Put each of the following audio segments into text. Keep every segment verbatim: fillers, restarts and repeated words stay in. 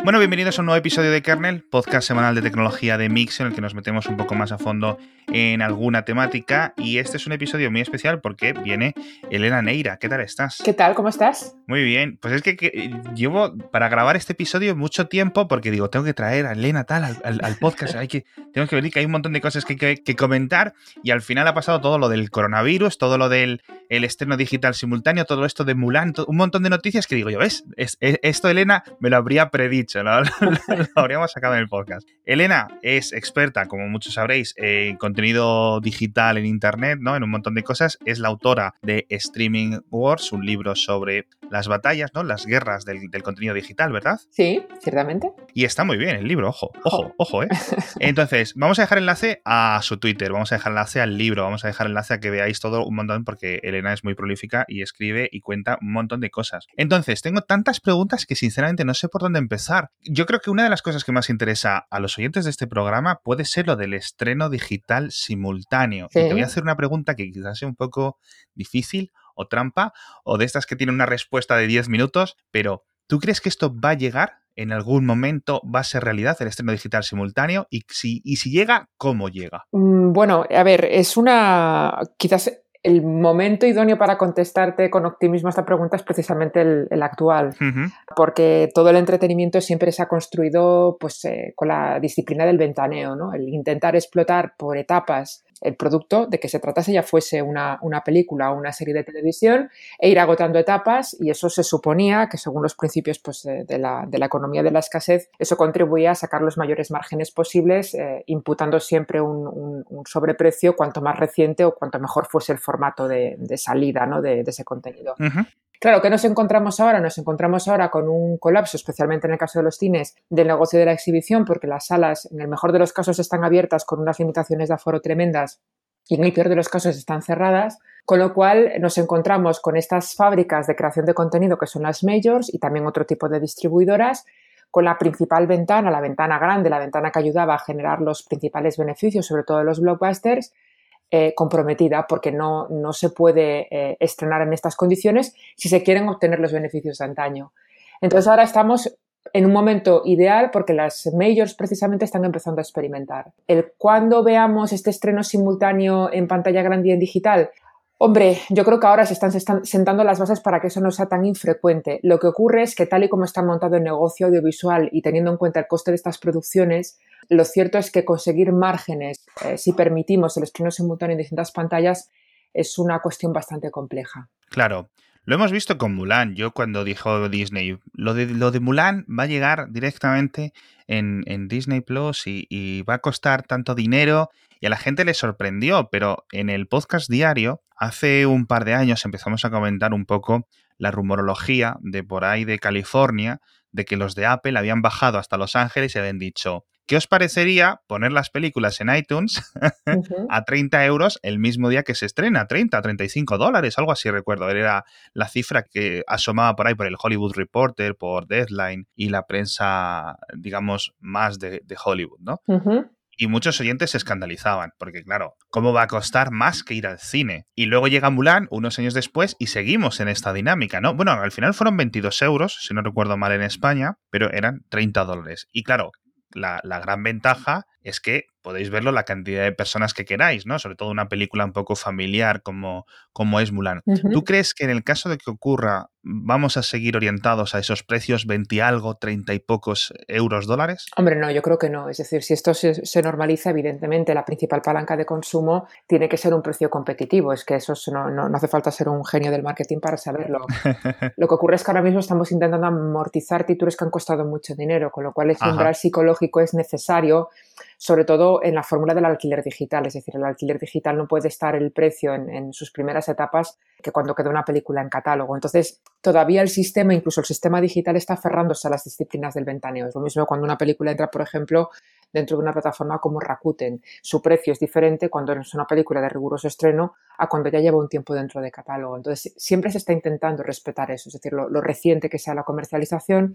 Bueno, bienvenidos a un nuevo episodio de Kernel, podcast semanal de tecnología de Mix, en el que nos metemos un poco más a fondo en alguna temática. Y este es un episodio muy especial porque viene Elena Neira. ¿Qué tal estás? ¿Qué tal? ¿Cómo estás? Muy bien. Pues es que, que llevo para grabar este episodio mucho tiempo porque digo, tengo que traer a Elena tal al, al, al podcast. Hay que, tengo que venir, que hay un montón de cosas que, que, que comentar. Y al final ha pasado todo lo del coronavirus, todo lo del el estreno digital simultáneo, todo esto de Mulan, todo, un montón de noticias que digo yo, ¿ves? Es, es, esto Elena me lo habría predicho, ¿no? lo, lo habríamos sacado en el podcast. Elena es experta, como muchos sabréis, en contenido digital en internet, ¿no? En un montón de cosas. Es la autora de Streaming Wars, un libro sobre las batallas, ¿no? Las guerras del, del contenido digital, ¿verdad? Sí, ciertamente. Y está muy bien el libro, ojo, ojo, ojo, ¿eh? Entonces, vamos a dejar enlace a su Twitter, vamos a dejar enlace al libro, vamos a dejar enlace a que veáis todo un montón porque Elena es muy prolífica y escribe y cuenta un montón de cosas. Entonces, tengo tantas preguntas que sinceramente no sé por dónde empezar. Yo creo que una de las cosas que más interesa a los oyentes de este programa puede ser lo del estreno digital simultáneo. Sí. Y te voy a hacer una pregunta que quizás sea un poco difícil o trampa o de estas que tienen una respuesta de diez minutos, pero ¿tú crees que esto va a llegar? ¿En algún momento va a ser realidad el estreno digital simultáneo? Y si, y si llega, ¿cómo llega? Bueno, a ver, es una... quizás el momento idóneo para contestarte con optimismo a esta pregunta es precisamente el, el actual, uh-huh. Porque todo el entretenimiento siempre se ha construido pues, eh, con la disciplina del ventaneo, ¿no? El intentar explotar por etapas el producto, de que se tratase ya fuese una, una película o una serie de televisión, e ir agotando etapas, y eso se suponía que según los principios pues, de, de, la, de la economía de la escasez, eso contribuía a sacar los mayores márgenes posibles, eh, imputando siempre un, un, un sobreprecio cuanto más reciente o cuanto mejor fuese el formato de, de salida, ¿no? de, de ese contenido. Uh-huh. Claro, ¿qué nos encontramos ahora? Nos encontramos ahora con un colapso, especialmente en el caso de los cines, del negocio de la exhibición, porque las salas, en el mejor de los casos, están abiertas con unas limitaciones de aforo tremendas y en el peor de los casos están cerradas, con lo cual nos encontramos con estas fábricas de creación de contenido que son las majors y también otro tipo de distribuidoras, con la principal ventana, la ventana grande, la ventana que ayudaba a generar los principales beneficios, sobre todo los blockbusters, Eh, comprometida porque no, no se puede eh, estrenar en estas condiciones si se quieren obtener los beneficios de antaño. Entonces ahora estamos en un momento ideal porque las majors precisamente están empezando a experimentar. El cuando veamos este estreno simultáneo en pantalla grande y en digital, hombre, yo creo que ahora se están, se están sentando las bases para que eso no sea tan infrecuente. Lo que ocurre es que tal y como está montado el negocio audiovisual y teniendo en cuenta el coste de estas producciones, lo cierto es que conseguir márgenes, eh, si permitimos el estreno simultáneo en distintas pantallas, es una cuestión bastante compleja. Claro. Lo hemos visto con Mulan. Yo cuando dijo Disney, lo de, lo de Mulan va a llegar directamente en, en Disney Plus y, y va a costar tanto dinero y a la gente le sorprendió, pero en el podcast diario, hace un par de años empezamos a comentar un poco la rumorología de por ahí de California, de que los de Apple habían bajado hasta Los Ángeles y habían dicho, ¿qué os parecería poner las películas en iTunes uh-huh. a treinta euros el mismo día que se estrena? treinta, treinta y cinco dólares, algo así recuerdo. Era la cifra que asomaba por ahí por el Hollywood Reporter, por Deadline y la prensa, digamos, más de, de Hollywood, ¿no? Uh-huh. Y muchos oyentes se escandalizaban, porque claro, ¿cómo va a costar más que ir al cine? Y luego llega Mulan unos años después y seguimos en esta dinámica, ¿no? Bueno, al final fueron veintidós euros, si no recuerdo mal, en España, pero eran treinta dólares. Y claro, la, la gran ventaja es que podéis verlo la cantidad de personas que queráis, ¿no? Sobre todo una película un poco familiar como, como es Mulan. Uh-huh. ¿Tú crees que en el caso de que ocurra vamos a seguir orientados a esos precios veinte algo, treinta y pocos euros dólares? Hombre, no, yo creo que no. Es decir, si esto se, se normaliza, evidentemente la principal palanca de consumo tiene que ser un precio competitivo. Es que eso no, no, no hace falta ser un genio del marketing para saberlo. Lo que ocurre es que ahora mismo estamos intentando amortizar títulos que han costado mucho dinero, con lo cual ese umbral psicológico es necesario, sobre todo en la fórmula del alquiler digital. Es decir, el alquiler digital no puede estar el precio en, en sus primeras etapas que cuando queda una película en catálogo. Entonces, todavía el sistema, incluso el sistema digital, está aferrándose a las disciplinas del ventaneo. Es lo mismo cuando una película entra, por ejemplo, dentro de una plataforma como Rakuten. Su precio es diferente cuando es una película de riguroso estreno a cuando ya lleva un tiempo dentro de catálogo. Entonces, siempre se está intentando respetar eso, es decir, lo, lo reciente que sea la comercialización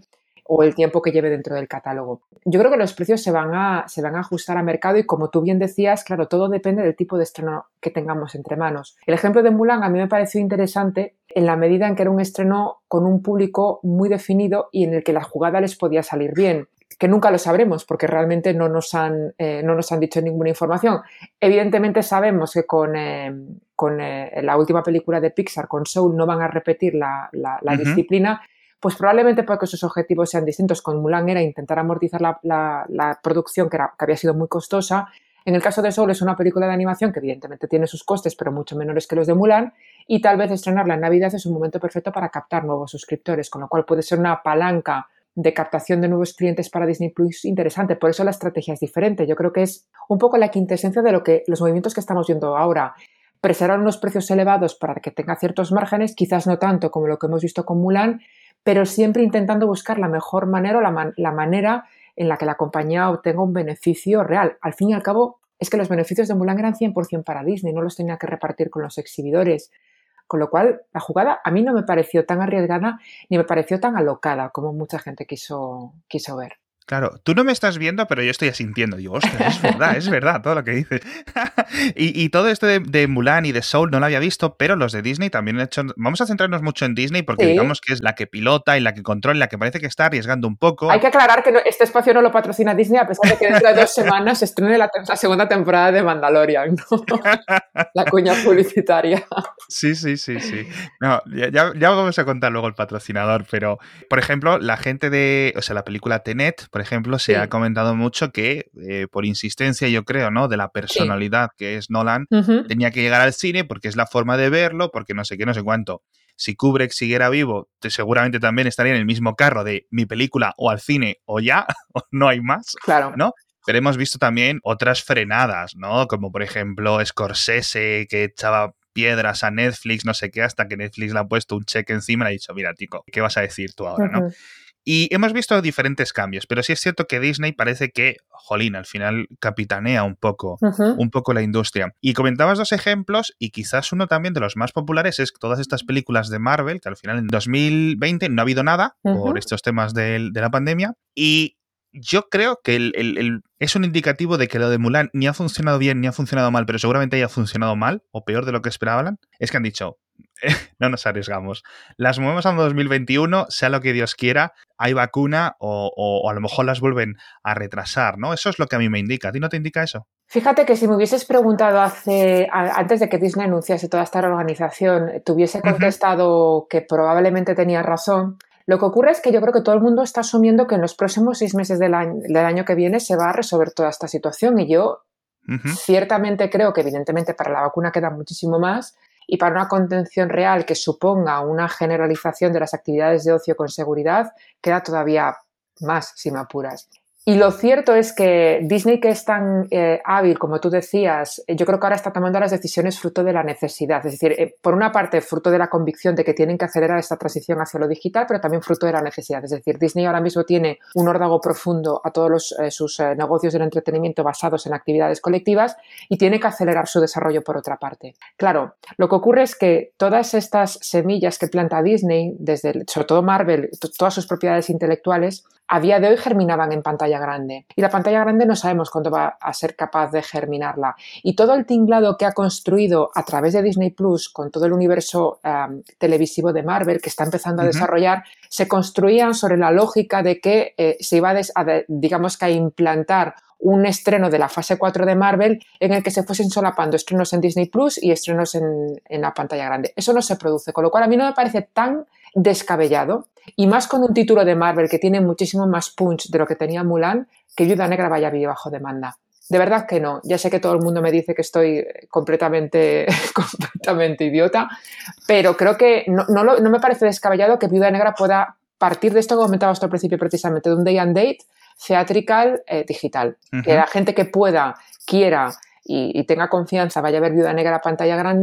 o el tiempo que lleve dentro del catálogo. Yo creo que los precios se van a, se van a ajustar a mercado y, como tú bien decías, claro, todo depende del tipo de estreno que tengamos entre manos. El ejemplo de Mulan a mí me pareció interesante en la medida en que era un estreno con un público muy definido y en el que la jugada les podía salir bien, que nunca lo sabremos porque realmente no nos han, eh, no nos han dicho ninguna información. Evidentemente sabemos que con, eh, con eh, la última película de Pixar, con Soul, no van a repetir la, la, la uh-huh. disciplina, pues probablemente porque sus objetivos sean distintos. Con Mulan era intentar amortizar la, la, la producción que, era, que había sido muy costosa. En el caso de Soul es una película de animación que evidentemente tiene sus costes, pero mucho menores que los de Mulan, y tal vez estrenarla en Navidad es un momento perfecto para captar nuevos suscriptores, con lo cual puede ser una palanca de captación de nuevos clientes para Disney Plus interesante. Por eso la estrategia es diferente. Yo creo que es un poco la quintesencia de lo que los movimientos que estamos viendo ahora. Preservar unos precios elevados para que tenga ciertos márgenes, quizás no tanto como lo que hemos visto con Mulan, pero siempre intentando buscar la mejor manera o la, man- la manera en la que la compañía obtenga un beneficio real. Al fin y al cabo, es que los beneficios de Mulan eran cien por ciento para Disney, no los tenía que repartir con los exhibidores. Con lo cual, la jugada a mí no me pareció tan arriesgada ni me pareció tan alocada como mucha gente quiso, quiso ver. Claro, tú no me estás viendo, pero yo estoy asintiendo. Digo, ostras, es verdad, es verdad todo lo que dices. y, y todo esto de, de Mulan y de Soul no lo había visto, pero los de Disney también han hecho... Vamos a centrarnos mucho en Disney porque sí. digamos que es la que pilota y la que controla y la que parece que está arriesgando un poco. Hay que aclarar que no, este espacio no lo patrocina Disney, a pesar de que dentro de dos semanas se estrene la, la segunda temporada de Mandalorian, ¿no? La cuña publicitaria. Sí, sí, sí, sí. No, ya, ya vamos a contar luego el patrocinador, pero, por ejemplo, la gente de... O sea, la película Tenet, por ejemplo, se sí. ha comentado mucho que, eh, por insistencia, yo creo, ¿no? De la personalidad sí. que es Nolan, uh-huh. tenía que llegar al cine porque es la forma de verlo, porque no sé qué, no sé cuánto. Si Kubrick siguiera vivo, te, seguramente también estaría en el mismo carro de mi película o al cine o ya, o no hay más, claro. ¿no? Pero hemos visto también otras frenadas, ¿no? Como, por ejemplo, Scorsese, que echaba piedras a Netflix, no sé qué, hasta que Netflix le ha puesto un cheque encima y le ha dicho, mira, tico, ¿qué vas a decir tú ahora, uh-huh. no? Y hemos visto diferentes cambios, pero sí es cierto que Disney parece que, jolín, al final capitanea un poco, uh-huh. un poco la industria. Y comentabas dos ejemplos, y quizás uno también de los más populares es todas estas películas de Marvel, que al final en dos mil veinte no ha habido nada uh-huh. por estos temas de, de la pandemia, y yo creo que el, el, el, es un indicativo de que lo de Mulan ni ha funcionado bien ni ha funcionado mal, pero seguramente haya funcionado mal o peor de lo que esperaban. Es que han dicho, eh, no nos arriesgamos. Las movemos a dos mil veintiuno, sea lo que Dios quiera, hay vacuna o, o, o a lo mejor las vuelven a retrasar, ¿no? Eso es lo que a mí me indica. ¿A ti no te indica eso? Fíjate que si me hubieses preguntado hace antes de que Disney anunciase toda esta reorganización, te hubiese contestado uh-huh. que probablemente tenía razón. Lo que ocurre es que yo creo que todo el mundo está asumiendo que en los próximos seis meses del año, del año que viene se va a resolver toda esta situación y yo uh-huh. ciertamente creo que evidentemente para la vacuna queda muchísimo más y para una contención real que suponga una generalización de las actividades de ocio con seguridad queda todavía más, si me apuras. Y lo cierto es que Disney, que es tan eh, hábil, como tú decías, yo creo que ahora está tomando las decisiones fruto de la necesidad. Es decir, eh, por una parte, fruto de la convicción de que tienen que acelerar esta transición hacia lo digital, pero también fruto de la necesidad. Es decir, Disney ahora mismo tiene un órdago profundo a todos los, eh, sus eh, negocios del entretenimiento basados en actividades colectivas y tiene que acelerar su desarrollo por otra parte. Claro, lo que ocurre es que todas estas semillas que planta Disney, desde, sobre todo Marvel, t- todas sus propiedades intelectuales, a día de hoy germinaban en pantalla grande. Y la pantalla grande no sabemos cuándo va a ser capaz de germinarla. Y todo el tinglado que ha construido a través de Disney Plus con todo el universo um, televisivo de Marvel que está empezando a uh-huh. desarrollar, se construían sobre la lógica de que eh, se iba a, des- a de, digamos que a implantar un estreno de la fase cuatro de Marvel en el que se fuesen solapando estrenos en Disney Plus y estrenos en, en la pantalla grande. Eso no se produce, con lo cual a mí no me parece tan descabellado, y más con un título de Marvel que tiene muchísimo más punch de lo que tenía Mulan, que Viuda Negra vaya bien bajo demanda. De verdad que no. Ya sé que todo el mundo me dice que estoy completamente, completamente idiota, pero creo que no, no, lo, no me parece descabellado que Viuda Negra pueda partir de esto que comentabas al principio precisamente, de un day and date theatrical eh, digital. Uh-huh. Que la gente que pueda, quiera y, y tenga confianza vaya a ver Viuda Negra a pantalla grande,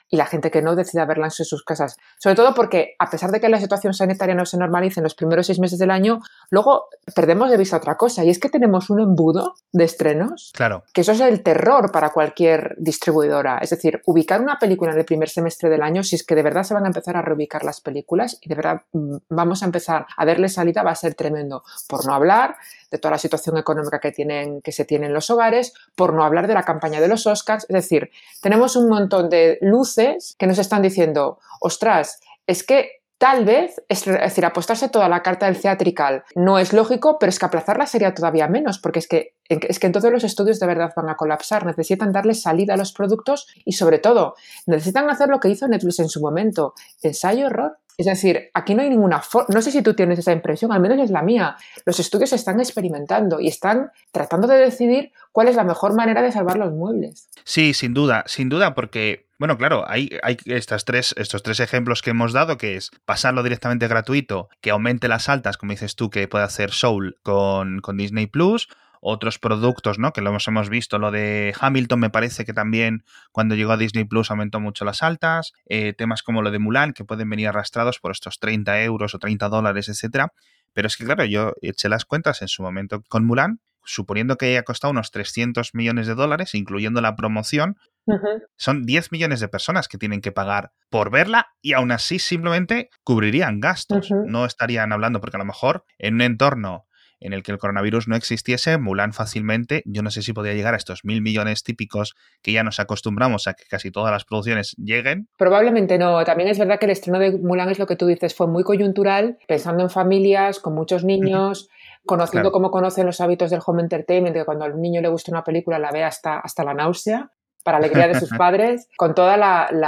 y la gente que no decida verla en sus casas. Sobre todo porque, a pesar de que la situación sanitaria no se normalice en los primeros seis meses del año, luego perdemos de vista otra cosa, y es que tenemos un embudo de estrenos, claro, que eso es el terror para cualquier distribuidora. Es decir, ubicar una película en el primer semestre del año, si es que de verdad se van a empezar a reubicar las películas y de verdad vamos a empezar a darle salida, va a ser tremendo. Por no hablar de toda la situación económica que, tienen, que se tiene en los hogares, por no hablar de la campaña de los Oscars. Es decir, tenemos un montón de luces que nos están diciendo, ostras, es que tal vez, es decir, apostarse toda la carta del theatrical no es lógico, pero es que aplazarla sería todavía menos, porque es que, es que entonces los estudios de verdad van a colapsar, necesitan darle salida a los productos y, sobre todo, necesitan hacer lo que hizo Netflix en su momento, ensayo-error. Es decir, aquí no hay ninguna forma, no sé si tú tienes esa impresión, al menos es la mía. Los estudios están experimentando y están tratando de decidir cuál es la mejor manera de salvar los muebles. Sí, sin duda, sin duda, porque, bueno, claro, hay, hay estas tres, estos tres ejemplos que hemos dado, que es pasarlo directamente gratuito, que aumente las altas, como dices tú, que puede hacer Soul con, con Disney Plus. Otros productos, ¿no? Que lo hemos, hemos visto, lo de Hamilton me parece que también cuando llegó a Disney Plus aumentó mucho las altas, eh, temas como lo de Mulan que pueden venir arrastrados por estos treinta euros o treinta dólares, etcétera. Pero es que claro, yo eché las cuentas en su momento con Mulan, suponiendo que haya costado unos trescientos millones de dólares, incluyendo la promoción, uh-huh. Son diez millones de personas que tienen que pagar por verla y aún así simplemente cubrirían gastos. Uh-huh. No estarían hablando, porque a lo mejor en un entorno en el que el coronavirus no existiese, Mulan fácilmente, yo no sé si podría llegar a estos mil millones típicos que ya nos acostumbramos a que casi todas las producciones lleguen. Probablemente no. También es verdad que el estreno de Mulan, es lo que tú dices, fue muy coyuntural, pensando en familias, con muchos niños, uh-huh. conociendo claro. cómo conocen los hábitos del home entertainment, que cuando al niño le gusta una película la ve hasta, hasta la náusea, para alegría de sus padres, con todo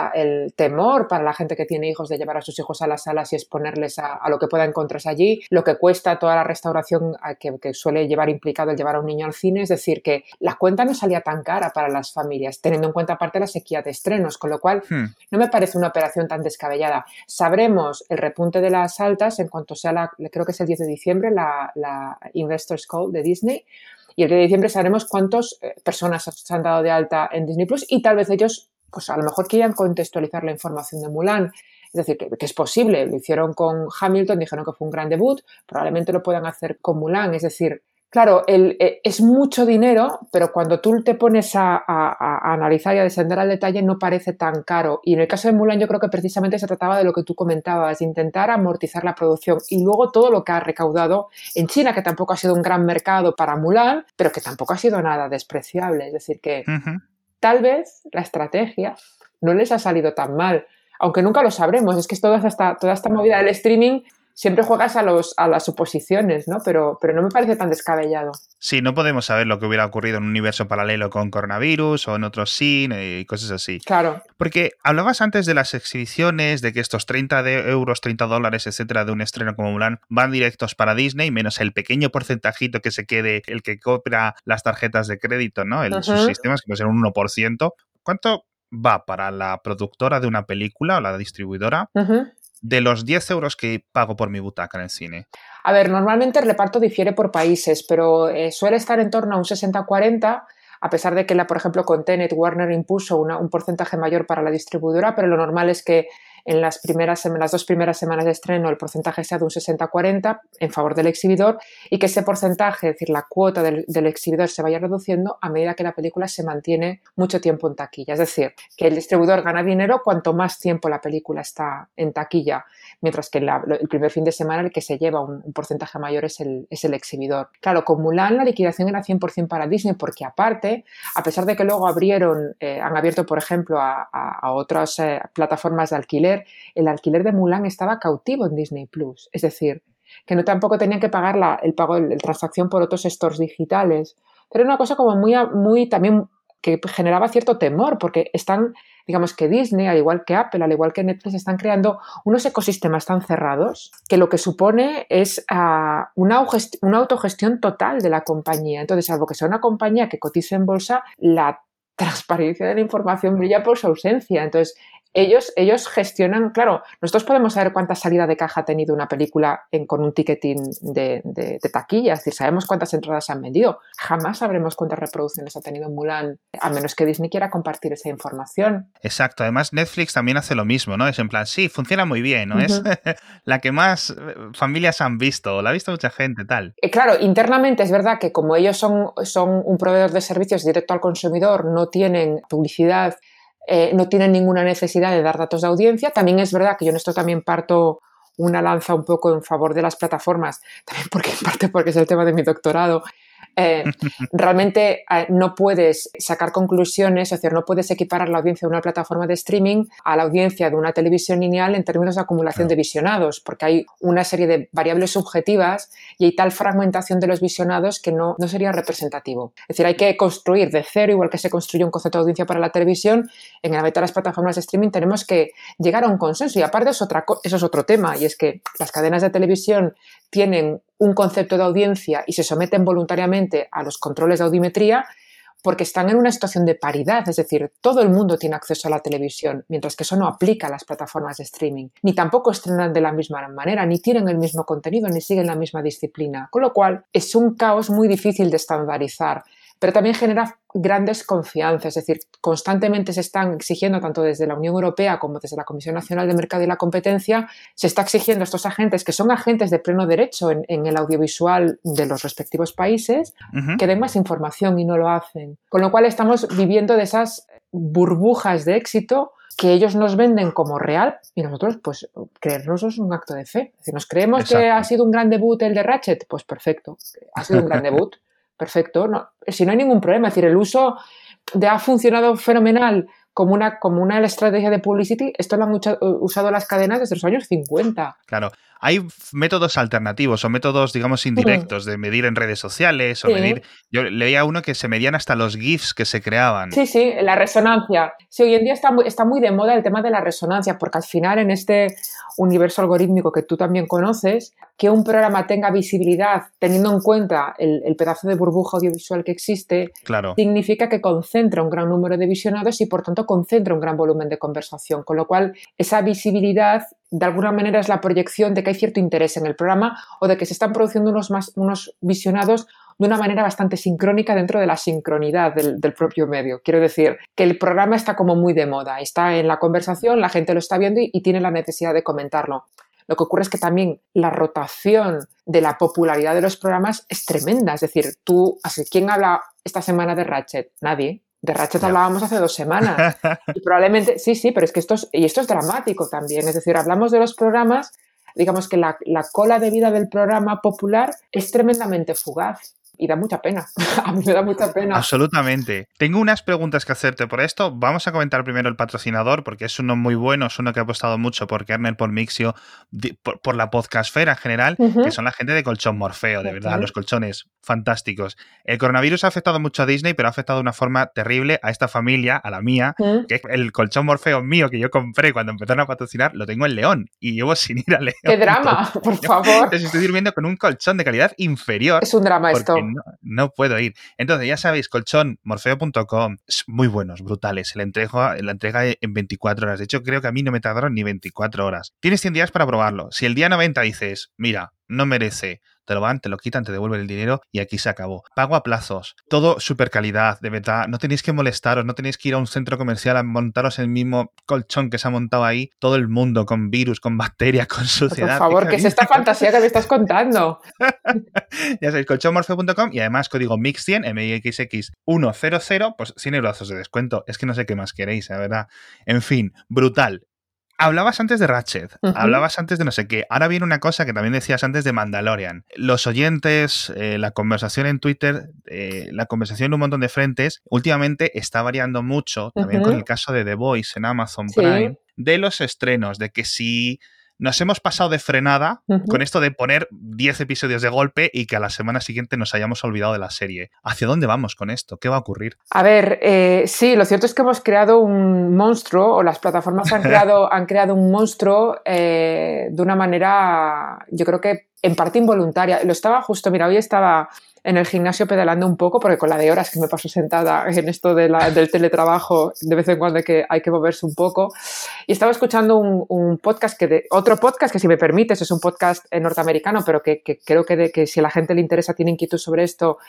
el temor para la gente que tiene hijos de llevar a sus hijos a las salas y exponerles a, a lo que pueda encontrarse allí, lo que cuesta toda la restauración que, que suele llevar implicado el llevar a un niño al cine. Es decir, que la cuenta no salía tan cara para las familias, teniendo en cuenta aparte la sequía de estrenos, con lo cual hmm. no me parece una operación tan descabellada. Sabremos el repunte de las altas en cuanto sea, la, creo que es el diez de diciembre, la, la Investors Call de Disney. Y el diez de diciembre sabremos cuántas eh, personas se han dado de alta en Disney Plus y tal vez ellos, pues a lo mejor quieran contextualizar la información de Mulan. Es decir, que, que es posible. Lo hicieron con Hamilton, dijeron que fue un gran debut, probablemente lo puedan hacer con Mulan. Es decir, claro, el, eh, es mucho dinero, pero cuando tú te pones a, a, a analizar y a descender al detalle no parece tan caro. Y en el caso de Mulan yo creo que precisamente se trataba de lo que tú comentabas, de intentar amortizar la producción y luego todo lo que ha recaudado en China, que tampoco ha sido un gran mercado para Mulan, pero que tampoco ha sido nada despreciable. Es decir, que uh-huh. tal vez la estrategia no les ha salido tan mal, aunque nunca lo sabremos. Es que toda esta, toda esta movida del streaming siempre juegas a, los, a las suposiciones, ¿no? Pero, pero no me parece tan descabellado. Sí, no podemos saber lo que hubiera ocurrido en un universo paralelo con coronavirus o en otros sin y cosas así. Claro. Porque hablabas antes de las exhibiciones, de que estos treinta de euros, treinta dólares, etcétera, de un estreno como Mulan van directos para Disney, menos el pequeño porcentajito que se quede, el que compra las tarjetas de crédito, ¿no? El, uh-huh. Sus sistemas, que puede ser un uno por ciento. ¿Cuánto va para la productora de una película o la distribuidora? Uh-huh. De los diez euros que pago por mi butaca en el cine? A ver, normalmente el reparto difiere por países, pero eh, suele estar en torno a un sesenta cuarenta, a pesar de que, la, por ejemplo, con Tenet, Warner impuso una, un porcentaje mayor para la distribuidora, pero lo normal es que en las, primeras, en las dos primeras semanas de estreno el porcentaje sea de un sesenta cuarenta en favor del exhibidor y que ese porcentaje, es decir, la cuota del, del exhibidor se vaya reduciendo a medida que la película se mantiene mucho tiempo en taquilla. Es decir, que el distribuidor gana dinero cuanto más tiempo la película está en taquilla, mientras que la, el primer fin de semana el que se lleva un, un porcentaje mayor es el, es el exhibidor. Claro, con Mulan la liquidación era cien por ciento para Disney porque aparte, a pesar de que luego abrieron, eh, han abierto, por ejemplo, a, a, a otras eh, plataformas de alquiler, el alquiler de Mulan estaba cautivo en Disney Plus. Es decir, que no tampoco tenían que pagar la, el pago de transacción por otros stores digitales. Pero era una cosa como muy, muy también que generaba cierto temor, porque están, digamos que Disney, al igual que Apple, al igual que Netflix, están creando unos ecosistemas tan cerrados que lo que supone es uh, una, una autogestión total de la compañía. Entonces, salvo que sea una compañía que cotice en bolsa, la transparencia de la información brilla por su ausencia. Entonces, ellos, ellos gestionan, claro, nosotros podemos saber cuánta salida de caja ha tenido una película en, con un ticketing de, de, de taquilla, es decir, sabemos cuántas entradas se han vendido. Jamás sabremos cuántas reproducciones ha tenido Mulan, a menos que Disney quiera compartir esa información. Exacto, además Netflix también hace lo mismo, ¿no? Es en plan, sí, funciona muy bien, ¿no? Uh-huh. Es la que más familias han visto, la ha visto mucha gente, tal. Eh, claro, internamente es verdad que como ellos son, son un proveedor de servicios directo al consumidor, no tienen publicidad, eh, no tienen ninguna necesidad de dar datos de audiencia. También es verdad que yo en esto también parto una lanza un poco en favor de las plataformas, también porque en parte porque es el tema de mi doctorado. Eh, realmente eh, no puedes sacar conclusiones, es decir, no puedes equiparar la audiencia de una plataforma de streaming a la audiencia de una televisión lineal en términos de acumulación claro. de visionados, porque hay una serie de variables subjetivas y hay tal fragmentación de los visionados que no, no sería representativo. Es decir, hay que construir de cero, igual que se construye un concepto de audiencia para la televisión, en el ámbito de las plataformas de streaming tenemos que llegar a un consenso y aparte es otra, eso es otro tema y es que las cadenas de televisión tienen un concepto de audiencia y se someten voluntariamente a los controles de audiometría porque están en una situación de paridad, es decir, todo el mundo tiene acceso a la televisión, mientras que eso no aplica a las plataformas de streaming, ni tampoco estrenan de la misma manera, ni tienen el mismo contenido, ni siguen la misma disciplina, con lo cual es un caos muy difícil de estandarizar, pero también genera gran desconfianza, es decir, constantemente se están exigiendo, tanto desde la Unión Europea como desde la Comisión Nacional de Mercado y la Competencia, se está exigiendo a estos agentes, que son agentes de pleno derecho en, en el audiovisual de los respectivos países, uh-huh. que den más información y no lo hacen. Con lo cual estamos viviendo de esas burbujas de éxito que ellos nos venden como real y nosotros, pues, creernos es un acto de fe. Si nos creemos Exacto. que ha sido un gran debut el de Ratchet, pues perfecto, ha sido un gran debut. Perfecto, no, si no hay ningún problema, es decir, el uso de ha funcionado fenomenal como una, como una estrategia de publicity, esto lo han usa, usado las cadenas desde los años cincuenta. Claro, hay métodos alternativos o métodos, digamos, indirectos mm. de medir en redes sociales o sí. medir... Yo leía uno que se medían hasta los GIFs que se creaban. Sí, sí, la resonancia. Sí, hoy en día está muy, está muy de moda el tema de la resonancia, porque al final en este universo algorítmico que tú también conoces, que un programa tenga visibilidad teniendo en cuenta el, el pedazo de burbuja audiovisual que existe, claro. significa que concentra un gran número de visionados y por tanto concentra un gran volumen de conversación, con lo cual esa visibilidad de alguna manera es la proyección de que hay cierto interés en el programa o de que se están produciendo unos, más, unos visionados de una manera bastante sincrónica dentro de la sincronidad del, del propio medio. Quiero decir que el programa está como muy de moda, está en la conversación, la gente lo está viendo y, y tiene la necesidad de comentarlo. Lo que ocurre es que también la rotación de la popularidad de los programas es tremenda. Es decir, tú, así, ¿quién habla esta semana de Ratchet? Nadie. De Ratchet no. hablábamos hace dos semanas. Y probablemente, sí, sí, pero es que esto es, y esto es dramático también. Es decir, hablamos de los programas, digamos que la, la cola de vida del programa popular es tremendamente fugaz. Y da mucha pena. A mí me da mucha pena. Absolutamente. Tengo unas preguntas que hacerte por esto. Vamos a comentar primero el patrocinador, porque es uno muy bueno, es uno que ha apostado mucho por Kernel, por Mixio, por, por la podcastfera en general, uh-huh. que son la gente de Colchón Morfeo, de verdad, uh-huh. los colchones fantásticos. El coronavirus ha afectado mucho a Disney, pero ha afectado de una forma terrible a esta familia, a la mía, uh-huh. que el colchón Morfeo mío que yo compré cuando empezaron a patrocinar, lo tengo en León y llevo sin ir a León. ¡Qué drama! Por favor. Entonces estoy durmiendo con un colchón de calidad inferior. Es un drama esto. No, no puedo ir. Entonces, ya sabéis, colchón morfeo punto com, muy buenos, brutales. La entrega, la entrega en veinticuatro horas. De hecho, creo que a mí no me tardaron ni veinticuatro horas. Tienes cien días para probarlo. Si el día noventa dices, mira, no merece, te lo van, te lo quitan, te devuelven el dinero y aquí se acabó. Pago a plazos. Todo súper calidad, de verdad. No tenéis que molestaros, no tenéis que ir a un centro comercial a montaros el mismo colchón que se ha montado ahí. Todo el mundo con virus, con bacterias, con suciedad. Por favor, ¿qué es esta fantasía que me estás contando? Ya sabéis, colchón morfeo punto com y además código mix cien, M I X X ciento, pues cien euros de descuento. Es que no sé qué más queréis, la verdad. En fin, brutal. Hablabas antes de Ratchet, uh-huh. hablabas antes de no sé qué. Ahora viene una cosa que también decías antes de Mandalorian. Los oyentes, eh, la conversación en Twitter, eh, la conversación en un montón de frentes, últimamente está variando mucho, también uh-huh. con el caso de The Voice en Amazon sí. Prime, de los estrenos, de que si nos hemos pasado de frenada uh-huh. con esto de poner diez episodios de golpe y que a la semana siguiente nos hayamos olvidado de la serie. ¿Hacia dónde vamos con esto? ¿Qué va a ocurrir? A ver, eh, sí, lo cierto es que hemos creado un monstruo, o las plataformas han creado, han creado un monstruo eh, de una manera, yo creo que en parte involuntaria. Lo estaba justo, mira, hoy estaba en el gimnasio pedaleando un poco, porque con la de horas que me paso sentada en esto de la, del teletrabajo, de vez en cuando hay que, hay que moverse un poco. Y estaba escuchando un, un podcast, que de, otro podcast que si me permites es un podcast norteamericano, pero que, que creo que, de, que si a la gente le interesa, tiene inquietud sobre esto,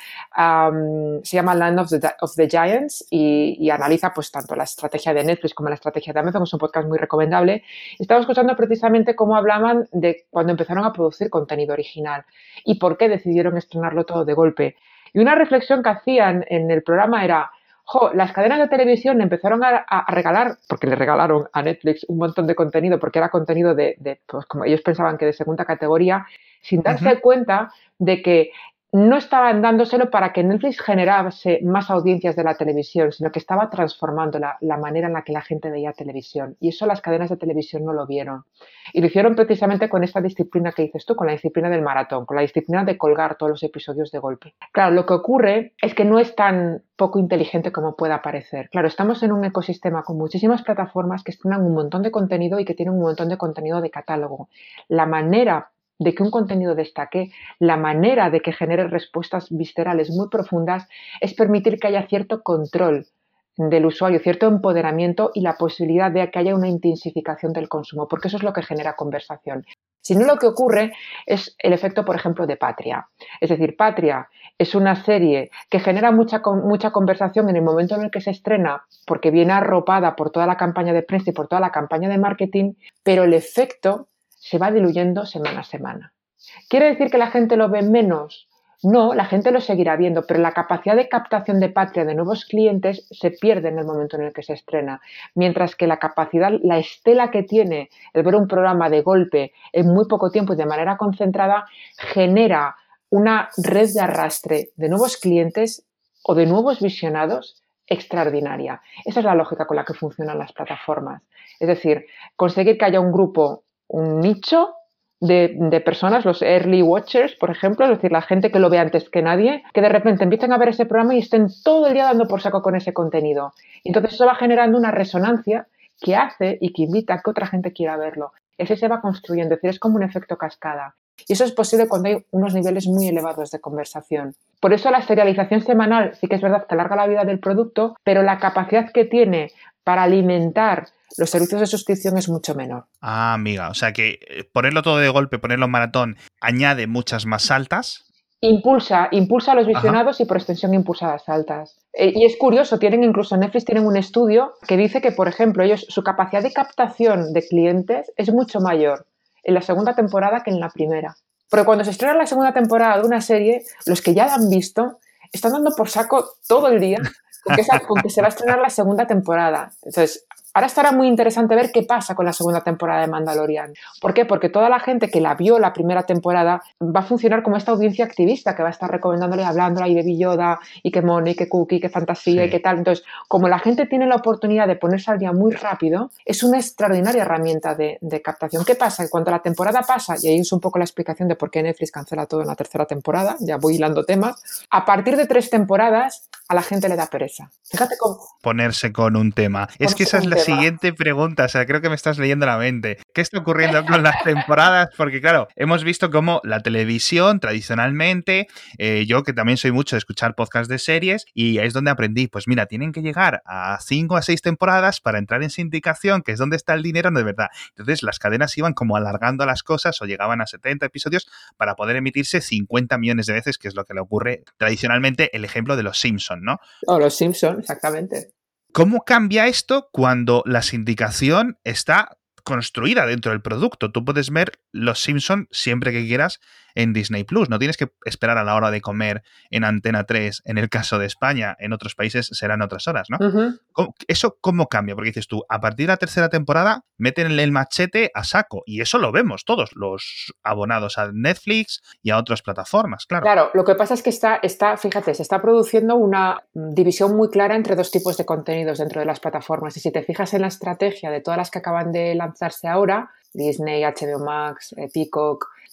um, se llama Land of the, of the Giants y, y analiza pues tanto la estrategia de Netflix como la estrategia de Amazon. Es un podcast muy recomendable. Estaba escuchando precisamente cómo hablaban de cuando empezaron a producir contenido original y por qué decidieron estrenarlo todo de golpe. Y una reflexión que hacían en el programa era, jo, las cadenas de televisión empezaron a, a regalar, porque le regalaron a Netflix un montón de contenido, porque era contenido de, de pues como ellos pensaban que de segunda categoría, sin darse uh-huh. cuenta de que no estaban dándoselo para que Netflix generase más audiencias de la televisión, sino que estaba transformando la, la manera en la que la gente veía televisión. Y eso las cadenas de televisión no lo vieron. Y lo hicieron precisamente con esta disciplina que dices tú, con la disciplina del maratón, con la disciplina de colgar todos los episodios de golpe. Claro, lo que ocurre es que no es tan poco inteligente como pueda parecer. Claro, estamos en un ecosistema con muchísimas plataformas que estrenan un montón de contenido y que tienen un montón de contenido de catálogo. La manera de que un contenido destaque, la manera de que genere respuestas viscerales muy profundas es permitir que haya cierto control del usuario, cierto empoderamiento y la posibilidad de que haya una intensificación del consumo, porque eso es lo que genera conversación. Si no, lo que ocurre es el efecto, por ejemplo, de Patria. Es decir, Patria es una serie que genera mucha, mucha conversación en el momento en el que se estrena, porque viene arropada por toda la campaña de prensa y por toda la campaña de marketing, pero el efecto se va diluyendo semana a semana. ¿Quiere decir que la gente lo ve menos? No, la gente lo seguirá viendo, pero la capacidad de captación de Patria de nuevos clientes se pierde en el momento en el que se estrena, mientras que la capacidad, la estela que tiene el ver un programa de golpe en muy poco tiempo y de manera concentrada, genera una red de arrastre de nuevos clientes o de nuevos visionados extraordinaria. Esa es la lógica con la que funcionan las plataformas. Es decir, conseguir que haya un grupo, un nicho de, de personas, los early watchers, por ejemplo, es decir, la gente que lo ve antes que nadie, que de repente empiecen a ver ese programa y estén todo el día dando por saco con ese contenido. Entonces eso va generando una resonancia que hace y que invita a que otra gente quiera verlo. Ese se va construyendo, es decir, es como un efecto cascada. Y eso es posible cuando hay unos niveles muy elevados de conversación. Por eso la serialización semanal sí que es verdad que alarga la vida del producto, pero la capacidad que tiene para alimentar los servicios de suscripción es mucho menor. Ah, amiga, o sea que ponerlo todo de golpe, ponerlo en maratón, añade muchas más altas. Impulsa, impulsa a los visionados. Ajá. Y por extensión impulsa a las altas. Eh, y es curioso, tienen incluso en Netflix tienen un estudio que dice que, por ejemplo, ellos su capacidad de captación de clientes es mucho mayor en la segunda temporada que en la primera. Porque cuando se estrena la segunda temporada de una serie, los que ya la han visto están dando por saco todo el día con que, esa, con que se va a estrenar la segunda temporada. Entonces, ahora estará muy interesante ver qué pasa con la segunda temporada de Mandalorian. ¿Por qué? Porque toda la gente que la vio la primera temporada va a funcionar como esta audiencia activista que va a estar recomendándole, hablándole y de Baby Yoda y que Mono y que Cookie y que fantasía sí. y que tal. Entonces, como la gente tiene la oportunidad de ponerse al día muy rápido, es una extraordinaria herramienta de, de captación. ¿Qué pasa? Que cuando la temporada pasa, y ahí es un poco la explicación de por qué Netflix cancela todo en la tercera temporada, ya voy hilando temas, a partir de tres temporadas a la gente le da pereza. Fíjate cómo... Ponerse con un tema. Ponerse es que esa es la tema. Siguiente pregunta, o sea, creo que me estás leyendo la mente. ¿Qué está ocurriendo con las temporadas? Porque claro, hemos visto cómo la televisión tradicionalmente, eh, yo que también soy mucho de escuchar podcasts de series, y ahí es donde aprendí, pues mira, tienen que llegar a cinco a seis temporadas para entrar en sindicación, que es donde está el dinero, no de verdad. Entonces las cadenas iban como alargando las cosas o llegaban a setenta episodios para poder emitirse cincuenta millones de veces, que es lo que le ocurre tradicionalmente, el ejemplo de los Simpson, ¿no? Oh, los Simpson, exactamente. ¿Cómo cambia esto cuando la sindicación está construida dentro del producto? Tú puedes ver Los Simpson siempre que quieras en Disney Plus. No tienes que esperar a la hora de comer en Antena tres, en el caso de España. En otros países serán otras horas, ¿no? Uh-huh. ¿Cómo, ¿Eso cómo cambia? Porque dices tú, a partir de la tercera temporada meten el machete a saco. Y eso lo vemos todos, los abonados a Netflix y a otras plataformas, claro. Claro, lo que pasa es que está, está, fíjate, se está produciendo una división muy clara entre dos tipos de contenidos dentro de las plataformas. Y si te fijas en la estrategia de todas las que acaban de lanzarse ahora, Disney, H B O Max, Peacock,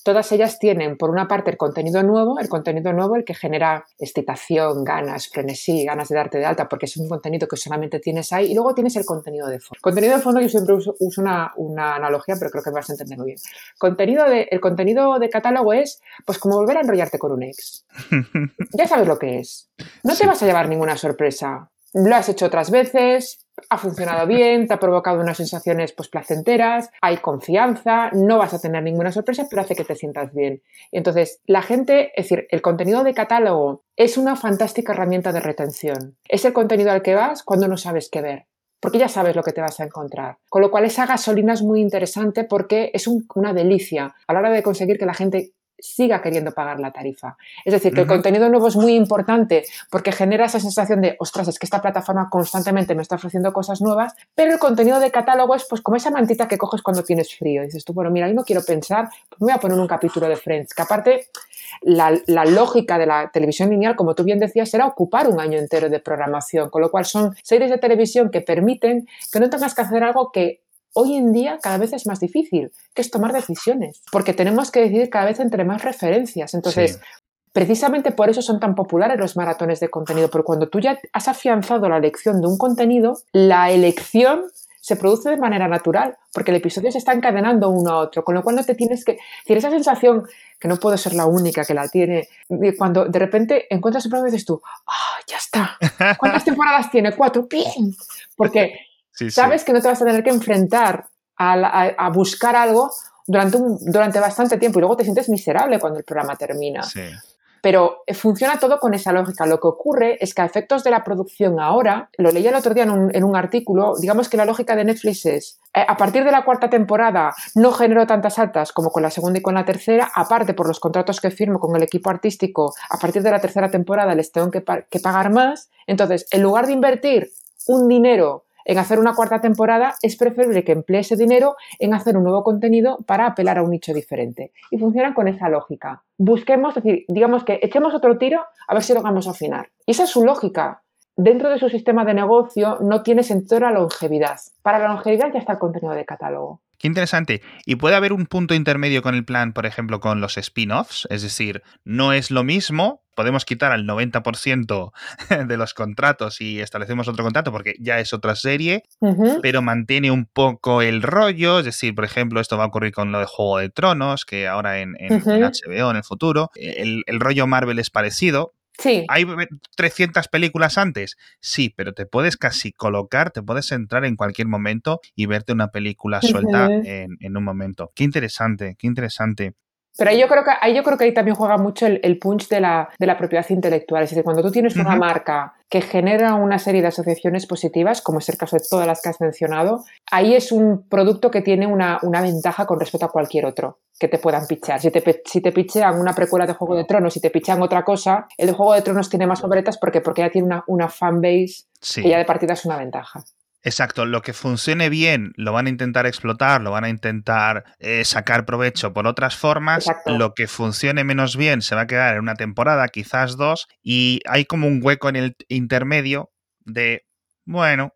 todas ellas tienen, por una parte, el contenido nuevo, el contenido nuevo, el que genera excitación, ganas, frenesí, ganas de darte de alta, porque es un contenido que solamente tienes ahí, y luego tienes el contenido de fondo. Contenido de fondo yo siempre uso, uso una, una analogía, pero creo que me vas a entender muy bien. Contenido de, el contenido de catálogo es, pues, como volver a enrollarte con un ex. Ya sabes lo que es. No sí. te vas a llevar ninguna sorpresa. Lo has hecho otras veces, ha funcionado bien, te ha provocado unas sensaciones pues placenteras, hay confianza, no vas a tener ninguna sorpresa, pero hace que te sientas bien. Y entonces, la gente, es decir, el contenido de catálogo es una fantástica herramienta de retención. Es el contenido al que vas cuando no sabes qué ver, porque ya sabes lo que te vas a encontrar. Con lo cual, esa gasolina es muy interesante porque es un, una delicia a la hora de conseguir que la gente siga queriendo pagar la tarifa. Es decir, que uh-huh. el contenido nuevo es muy importante porque genera esa sensación de, ostras, es que esta plataforma constantemente me está ofreciendo cosas nuevas, pero el contenido de catálogo es pues como esa mantita que coges cuando tienes frío. Y dices tú, bueno, mira, yo no quiero pensar, pues me voy a poner un capítulo de Friends, que aparte la, la lógica de la televisión lineal, como tú bien decías, era ocupar un año entero de programación, con lo cual son series de televisión que permiten que no tengas que hacer algo que hoy en día cada vez es más difícil, que es tomar decisiones, porque tenemos que decidir cada vez entre más referencias. Entonces, sí. precisamente por eso son tan populares los maratones de contenido, porque cuando tú ya has afianzado la elección de un contenido, la elección se produce de manera natural, porque el episodio se está encadenando uno a otro, con lo cual no te tienes que... Tienes esa sensación, que no puedo ser la única que la tiene, cuando de repente encuentras un programa y dices tú, ¡ah, oh, ya está! ¿Cuántas temporadas tiene? ¡Cuatro! ¡Bien! Porque... Sí, sabes sí. que no te vas a tener que enfrentar a, la, a, a buscar algo durante, un, durante bastante tiempo y luego te sientes miserable cuando el programa termina. Sí. Pero funciona todo con esa lógica. Lo que ocurre es que a efectos de la producción ahora, lo leí el otro día en un, en un artículo, digamos que la lógica de Netflix es, eh, a partir de la cuarta temporada no genero tantas altas como con la segunda y con la tercera, aparte por los contratos que firmo con el equipo artístico, a partir de la tercera temporada les tengo que, pa- que pagar más. Entonces, en lugar de invertir un dinero en hacer una cuarta temporada, es preferible que emplee ese dinero en hacer un nuevo contenido para apelar a un nicho diferente. Y funcionan con esa lógica. Busquemos, es decir, digamos que echemos otro tiro a ver si logramos afinar. Y esa es su lógica. Dentro de su sistema de negocio no tiene sentido la longevidad. Para la longevidad ya está el contenido de catálogo. Qué interesante. ¿Y puede haber un punto intermedio con el plan, por ejemplo, con los spin-offs? Es decir, no es lo mismo, podemos quitar al noventa por ciento de los contratos y establecemos otro contrato porque ya es otra serie, uh-huh. pero mantiene un poco el rollo. Es decir, por ejemplo, esto va a ocurrir con lo de Juego de Tronos, que ahora en, en, uh-huh. en H B O en el futuro. El, el rollo Marvel es parecido. Sí. ¿Hay trescientas películas antes? Sí, pero te puedes casi colocar, te puedes entrar en cualquier momento y verte una película suelta uh-huh. en, en un momento. Qué interesante, qué interesante. Pero ahí yo creo que ahí yo creo que ahí también juega mucho el, el punch de la, de la propiedad intelectual. Es decir, cuando tú tienes una uh-huh. marca que genera una serie de asociaciones positivas, como es el caso de todas las que has mencionado, ahí es un producto que tiene una, una ventaja con respecto a cualquier otro que te puedan pichar. Si te, si te pichean una precuela de Juego de Tronos, si te pichean otra cosa, el de Juego de Tronos tiene más favoritas porque, porque ya tiene una, una fanbase sí. que ya de partida es una ventaja. Exacto, lo que funcione bien lo van a intentar explotar, lo van a intentar eh, sacar provecho por otras formas. Exacto. Lo que funcione menos bien se va a quedar en una temporada, quizás dos, y hay como un hueco en el intermedio de... Bueno,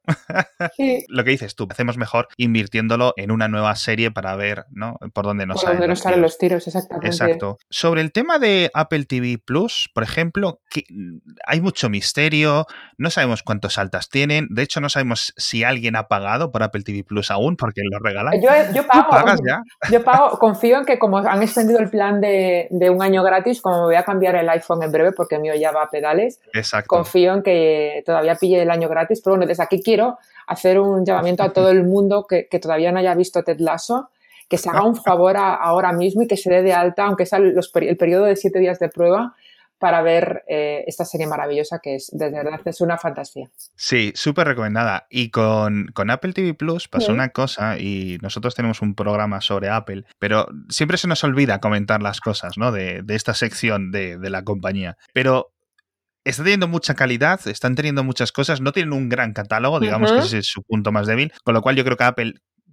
sí. Lo que dices tú, hacemos mejor invirtiéndolo en una nueva serie para ver, ¿no? Por dónde nos por salen, dónde los, nos salen los tiros. Exactamente. Exacto. Sobre el tema de Apple T V Plus, por ejemplo, que hay mucho misterio, no sabemos cuántos altas tienen, de hecho no sabemos si alguien ha pagado por Apple T V Plus aún, porque lo regalan. Yo, yo pago. ¿Tú pagas ya? Yo pago, confío en que como han extendido el plan de, de un año gratis, como me voy a cambiar el iPhone en breve porque el mío ya va a pedales, Exacto. Confío en que todavía pille el año gratis, pero bueno, desde aquí quiero hacer un llamamiento a todo el mundo que, que todavía no haya visto Ted Lasso, que se haga un favor a, ahora mismo y que se dé de alta, aunque sea los, el periodo de siete días de prueba, para ver eh, esta serie maravillosa que es, de verdad, es una fantasía. Sí, súper recomendada. Y con, con Apple T V Plus pasó sí. una cosa, y nosotros tenemos un programa sobre Apple, pero siempre se nos olvida comentar las cosas, ¿no? De, de esta sección de, de la compañía. Pero está teniendo mucha calidad, están teniendo muchas cosas, no tienen un gran catálogo, digamos uh-huh. que ese es su punto más débil, con lo cual yo creo que Apple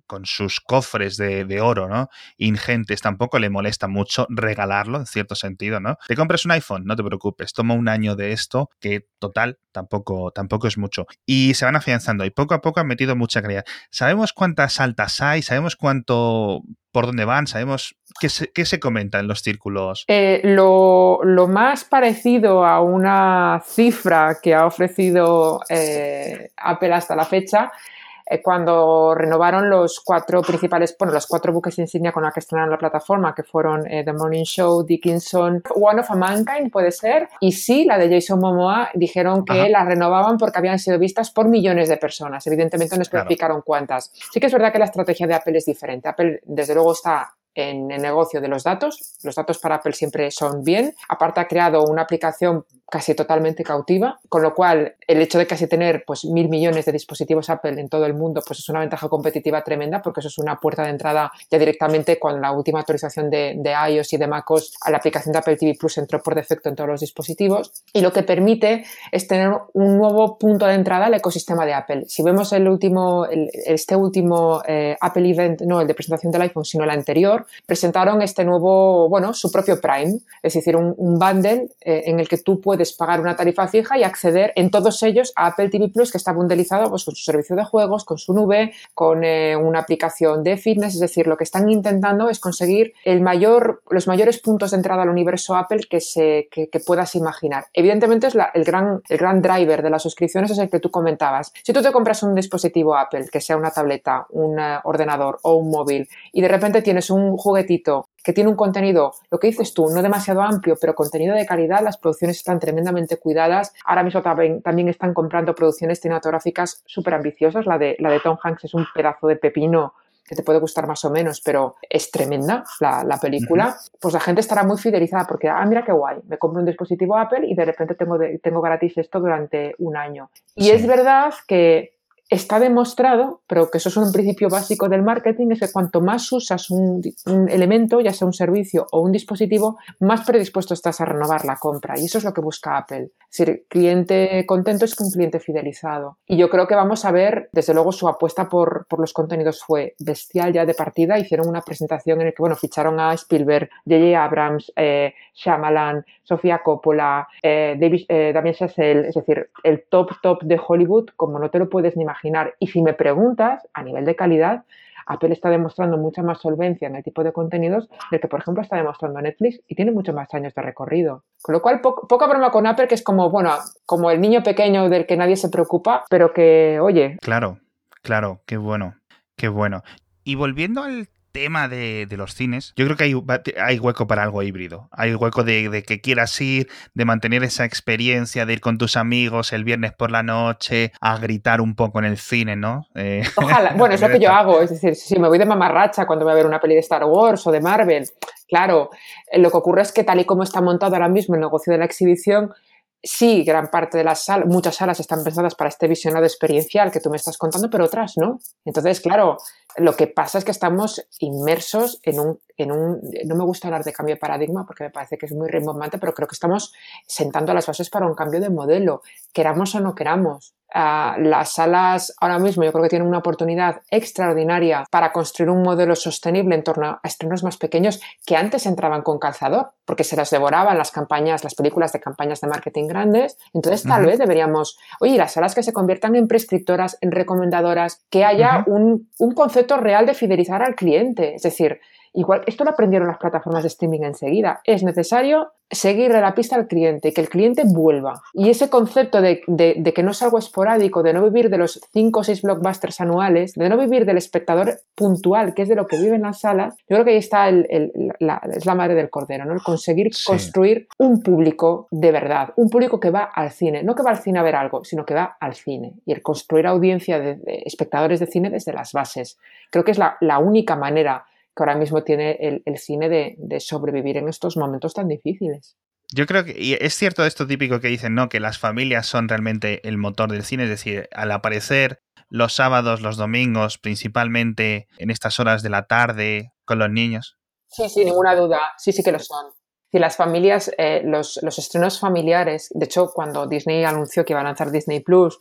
con sus cofres de, de oro, ¿no? Ingentes, tampoco le molesta mucho regalarlo, en cierto sentido, ¿no? Te compras un iPhone, no te preocupes, toma un año de esto, que total, tampoco, tampoco es mucho. Y se van afianzando y poco a poco han metido mucha calidad. ¿Sabemos cuántas altas hay? ¿Sabemos cuánto, por dónde van? ¿Sabemos qué se, qué se comenta en los círculos? Eh, lo, lo más parecido a una cifra que ha ofrecido eh, Apple hasta la fecha, eh, cuando renovaron los cuatro principales, bueno, los cuatro buques insignia con los que estrenaron la plataforma, que fueron eh, The Morning Show, Dickinson, One of a Mankind, puede ser, y sí, la de Jason Momoa, dijeron que Ajá. la renovaban porque habían sido vistas por millones de personas. Evidentemente no especificaron claro. cuántas. Sí que es verdad que la estrategia de Apple es diferente. Apple, desde luego, está en el negocio de los datos. Los datos para Apple siempre son bien. Aparte, ha creado una aplicación casi totalmente cautiva, con lo cual el hecho de casi tener pues mil millones de dispositivos Apple en todo el mundo pues es una ventaja competitiva tremenda, porque eso es una puerta de entrada ya directamente con la última actualización de, de iOS y de macOS. A la aplicación de Apple T V Plus entró por defecto en todos los dispositivos, y lo que permite es tener un nuevo punto de entrada al ecosistema de Apple. Si vemos el último, el, este último eh, Apple Event, no el de presentación del iPhone, sino el anterior, presentaron este nuevo, bueno, su propio Prime, es decir, un, un bundle eh, en el que tú puedes puedes pagar una tarifa fija y acceder en todos ellos a Apple T V Plus, que está bundelizado pues, con su servicio de juegos, con su nube, con eh, una aplicación de fitness. Es decir, lo que están intentando es conseguir el mayor, los mayores puntos de entrada al universo Apple que, se, que, que puedas imaginar. Evidentemente, es la, el, gran, el gran driver de las suscripciones es el que tú comentabas. Si tú te compras un dispositivo Apple, que sea una tableta, un uh, ordenador o un móvil, y de repente tienes un juguetito que tiene un contenido, lo que dices tú, no demasiado amplio, pero contenido de calidad, las producciones están tremendamente cuidadas. Ahora mismo también, también están comprando producciones cinematográficas súper ambiciosas. La de, la de Tom Hanks es un pedazo de pepino que te puede gustar más o menos, pero es tremenda la, la película. Uh-huh. Pues la gente estará muy fidelizada porque, ah, mira qué guay, me compro un dispositivo Apple y de repente tengo, de, tengo gratis esto durante un año. Y sí. Es verdad que está demostrado, pero que eso es un principio básico del marketing, es que cuanto más usas un, un elemento, ya sea un servicio o un dispositivo, más predispuesto estás a renovar la compra. Y eso es lo que busca Apple. Es decir, cliente contento es un cliente fidelizado. Y yo creo que vamos a ver, desde luego, su apuesta por, por los contenidos fue bestial ya de partida. Hicieron una presentación en la que, bueno, ficharon a Spielberg, J J Abrams, eh, Shyamalan, Sofía Coppola, eh, David, eh, Damien Chazelle, es decir, el top top de Hollywood, como no te lo puedes ni imaginar. Y si me preguntas, a nivel de calidad, Apple está demostrando mucha más solvencia en el tipo de contenidos del que, por ejemplo, está demostrando Netflix, y tiene muchos más años de recorrido. Con lo cual, po- poca broma con Apple, que es como, bueno, como el niño pequeño del que nadie se preocupa, pero que, oye... Claro, claro, qué bueno, qué bueno. Y volviendo al tema de, de los cines, yo creo que hay, hay hueco para algo híbrido. Hay hueco de, de que quieras ir, de mantener esa experiencia, de ir con tus amigos el viernes por la noche a gritar un poco en el cine, ¿no? Eh, Ojalá. Bueno, es lo que yo hago. Es decir, si me voy de mamarracha cuando voy a ver una peli de Star Wars o de Marvel, claro, lo que ocurre es que tal y como está montado ahora mismo el negocio de la exhibición, sí, gran parte de las salas, muchas salas están pensadas para este visionado experiencial que tú me estás contando, pero otras no. Entonces, claro, lo que pasa es que estamos inmersos en un, en un... No me gusta hablar de cambio de paradigma porque me parece que es muy rimbombante, pero creo que estamos sentando las bases para un cambio de modelo, queramos o no queramos. Uh, las salas ahora mismo yo creo que tienen una oportunidad extraordinaria para construir un modelo sostenible en torno a estrenos más pequeños que antes entraban con calzador, porque se las devoraban las campañas, las películas de campañas de marketing grandes. Entonces tal uh-huh. vez deberíamos, oye, las salas que se conviertan en prescriptoras, en recomendadoras, que haya uh-huh. un, un concepto real de fidelizar al cliente. Es decir, igual, esto lo aprendieron las plataformas de streaming enseguida. Es necesario seguirle la pista al cliente, que el cliente vuelva. Y ese concepto de, de, de que no es algo esporádico, de no vivir de los cinco o seis blockbusters anuales, de no vivir del espectador puntual, que es de lo que viven las salas, yo creo que ahí está el, el, la, es la madre del cordero, ¿no? El conseguir sí. construir un público de verdad, un público que va al cine, no que va al cine a ver algo, sino que va al cine. Y el construir audiencia de, de espectadores de cine desde las bases. Creo que es la, la única manera que ahora mismo tiene el, el cine de, de sobrevivir en estos momentos tan difíciles. Yo creo que, y es cierto esto típico que dicen, ¿no? Que las familias son realmente el motor del cine, es decir, al aparecer los sábados, los domingos, principalmente en estas horas de la tarde con los niños. Sí, sin ninguna duda, sí, sí que lo son. Si las familias, eh, los, los estrenos familiares, de hecho, cuando Disney anunció que iba a lanzar Disney Plus,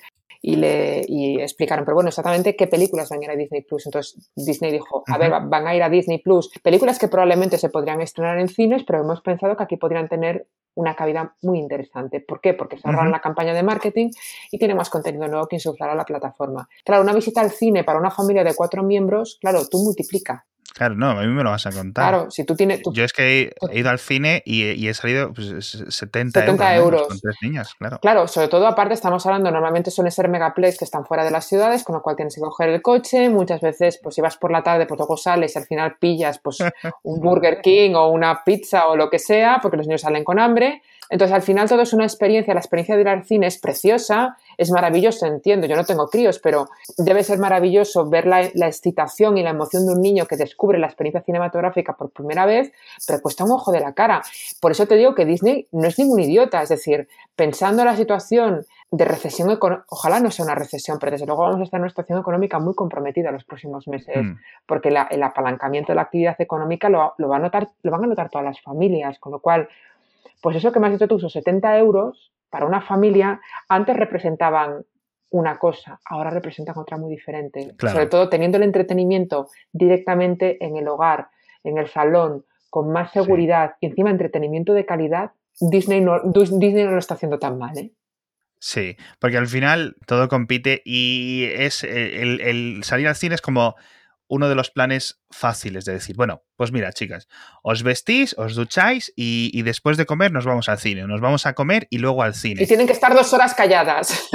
y le y explicaron, pero bueno, exactamente qué películas van a ir a Disney Plus. Entonces Disney dijo, a uh-huh. ver, van a ir a Disney Plus películas que probablemente se podrían estrenar en cines, pero hemos pensado que aquí podrían tener una cabida muy interesante. ¿Por qué? Porque se ahorran uh-huh. la campaña de marketing y tiene más contenido nuevo que insuflar a la plataforma. Claro, una visita al cine para una familia de cuatro miembros, claro, tú multiplica. Claro, no, a mí me lo vas a contar. Claro, si tú tienes... Tú, Yo es que he, he ido al cine y, y he salido pues, setenta, setenta euros, euros. Menos, con tres niñas, claro. Claro, sobre todo aparte estamos hablando, normalmente suelen ser megaplex que están fuera de las ciudades, con lo cual tienes que coger el coche, muchas veces pues si vas por la tarde, pues luego sales y al final pillas pues un Burger King o una pizza o lo que sea, porque los niños salen con hambre. Entonces, al final todo es una experiencia, la experiencia de ir al cine es preciosa, es maravilloso, entiendo, yo no tengo críos, pero debe ser maravilloso ver la, la excitación y la emoción de un niño que descubre la experiencia cinematográfica por primera vez, pero cuesta un ojo de la cara. Por eso te digo que Disney no es ningún idiota, es decir, pensando en la situación de recesión económica, ojalá no sea una recesión, pero desde luego vamos a estar en una situación económica muy comprometida los próximos meses, mm. porque la, el apalancamiento de la actividad económica lo, lo, va a notar, lo van a notar todas las familias, con lo cual... Pues eso que me has dicho tú, esos setenta euros para una familia, antes representaban una cosa, ahora representan otra muy diferente. Claro. Sobre todo teniendo el entretenimiento directamente en el hogar, en el salón, con más seguridad sí. y encima entretenimiento de calidad, Disney no, Disney no lo está haciendo tan mal, ¿eh? Sí, porque al final todo compite y es el, el salir al cine es como uno de los planes fáciles de decir, bueno, pues mira, chicas, os vestís, os ducháis y, y después de comer nos vamos al cine, nos vamos a comer y luego al cine. Y tienen que estar dos horas calladas.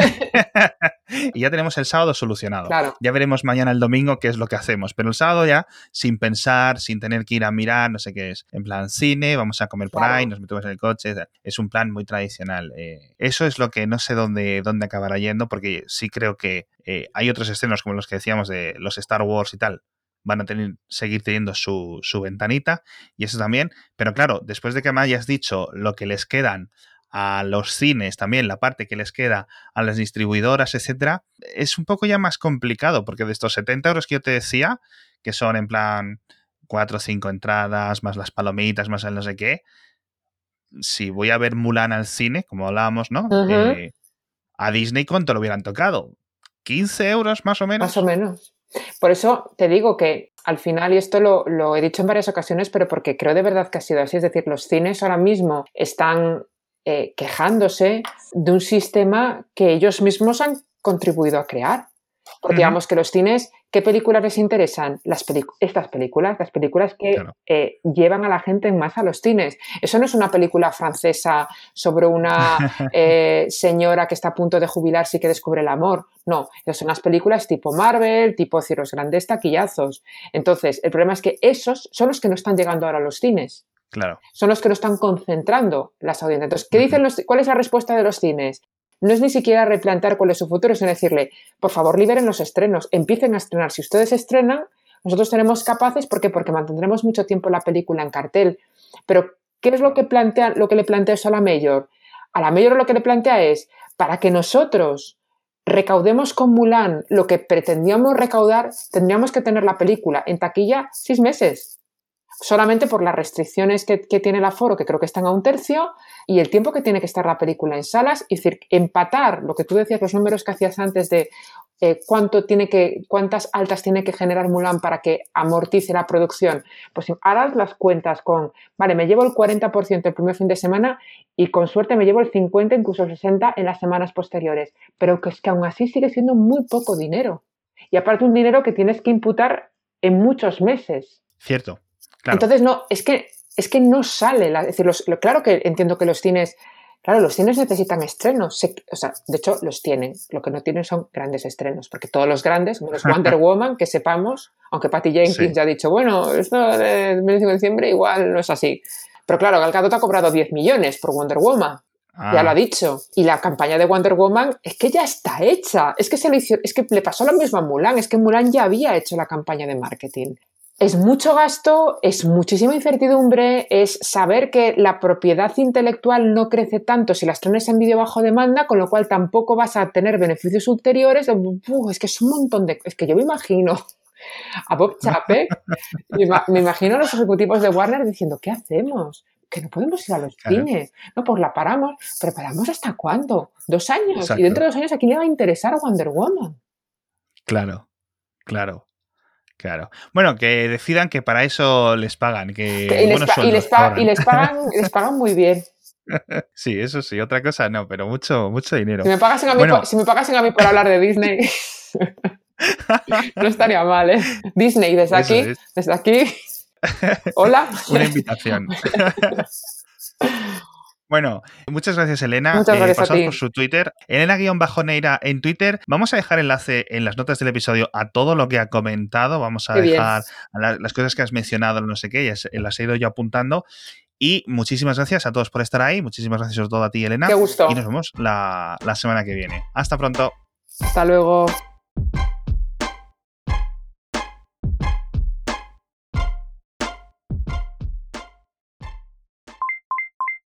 Y ya tenemos el sábado solucionado. Claro. Ya veremos mañana el domingo qué es lo que hacemos, pero el sábado ya sin pensar, sin tener que ir a mirar, no sé qué es. En plan cine, vamos a comer por claro. ahí, nos metemos en el coche. Es un plan muy tradicional. Eh, eso es lo que no sé dónde, dónde acabará yendo, porque sí creo que eh, hay otros estrenos como los que decíamos de los Star Wars y tal, van a tener, seguir teniendo su, su ventanita y eso también, pero claro, después de que me hayas dicho lo que les quedan a los cines, también la parte que les queda a las distribuidoras, etcétera, es un poco ya más complicado, porque de estos setenta euros que yo te decía, que son en plan cuatro o cinco entradas, más las palomitas, más el no sé qué, si voy a ver Mulan al cine, como hablábamos, ¿no? Uh-huh. Eh, a Disney, ¿cuánto lo hubieran tocado? ¿quince euros más o menos? Más o menos. Por eso te digo que al final, y esto lo, lo he dicho en varias ocasiones, pero porque creo de verdad que ha sido así, es decir, los cines ahora mismo están eh, quejándose de un sistema que ellos mismos han contribuido a crear. Porque uh-huh. digamos que los cines, ¿qué películas les interesan? Las pelic- estas películas, las películas que claro. eh, llevan a la gente en masa a los cines. Eso no es una película francesa sobre una eh, señora que está a punto de jubilarse y que descubre el amor. No, esas son las películas tipo Marvel, tipo los grandes taquillazos. Entonces, el problema es que esos son los que no están llegando ahora a los cines. Claro. Son los que no están concentrando las audiencias. Entonces, ¿qué uh-huh. dicen los, ¿cuál es la respuesta de los cines? No es ni siquiera replantear cuál es su futuro, sino decirle, por favor, liberen los estrenos, empiecen a estrenar. Si ustedes estrenan, nosotros seremos capaces, ¿por qué? Porque mantendremos mucho tiempo la película en cartel. Pero, ¿qué es lo que, plantea, lo que le plantea eso a la Mayor? A la Mayor lo que le plantea es, para que nosotros recaudemos con Mulan lo que pretendíamos recaudar, tendríamos que tener la película en taquilla seis meses. Solamente por las restricciones que, que tiene el aforo, que creo que están a un tercio, y el tiempo que tiene que estar la película en salas, y decir, empatar lo que tú decías, los números que hacías antes de eh, cuánto tiene que, cuántas altas tiene que generar Mulan para que amortice la producción. Pues harás las cuentas con, vale, me llevo el cuarenta por ciento el primer fin de semana y con suerte me llevo el cincuenta, incluso el sesenta en las semanas posteriores. Pero que es que aún así sigue siendo muy poco dinero. Y aparte un dinero que tienes que imputar en muchos meses. Cierto. Claro. Entonces, no, es que, es que no sale. La, es decir, los, lo, claro que entiendo que los cines, claro, los cines necesitan estrenos. Se, o sea, de hecho, los tienen. Lo que no tienen son grandes estrenos, porque todos los grandes, menos Wonder Woman, que sepamos, aunque Patty Jenkins sí. ya ha dicho, bueno, esto de veinticinco de diciembre igual no es así. Pero claro, Gal Gadot ha cobrado diez millones por Wonder Woman. Ah. Ya lo ha dicho. Y la campaña de Wonder Woman es que ya está hecha. Es que, se lo hizo, es que le pasó lo mismo a Mulan. Es que Mulan ya había hecho la campaña de marketing. Es mucho gasto, es muchísima incertidumbre, es saber que la propiedad intelectual no crece tanto si las estrenas en vídeo bajo demanda, con lo cual tampoco vas a tener beneficios ulteriores. Uf, es que es un montón de... Es que yo me imagino a Bob Chapek, me imagino a los ejecutivos de Warner diciendo, ¿qué hacemos? que no podemos ir a los claro. cines. No, pues la paramos. ¿Pero paramos hasta cuándo? ¿Dos años? Exacto. Y dentro de dos años, ¿a quién le va a interesar Wonder Woman? Claro, claro. Claro. Bueno, que decidan que para eso les pagan. Que, que y, les buenos y, les pa y les pagan les pagan muy bien. Sí, eso sí, otra cosa no, pero mucho, mucho dinero. Si me pagasen a mí, bueno. por, si me pagasen a mí por hablar de Disney, no estaría mal, ¿eh? Disney, desde eso aquí, es. desde aquí, hola. Una invitación. Bueno, muchas gracias, Elena. Muchas gracias eh, pasamos a ti. por su Twitter, Elena-Neira en Twitter. Vamos a dejar enlace en las notas del episodio a todo lo que ha comentado. Vamos a Qué dejar a la, las cosas que has mencionado, no sé qué, ya las he ido yo apuntando. Y muchísimas gracias a todos por estar ahí. Muchísimas gracias sobre todo a ti, Elena. Qué gusto. Y nos vemos la, la semana que viene. Hasta pronto. Hasta luego.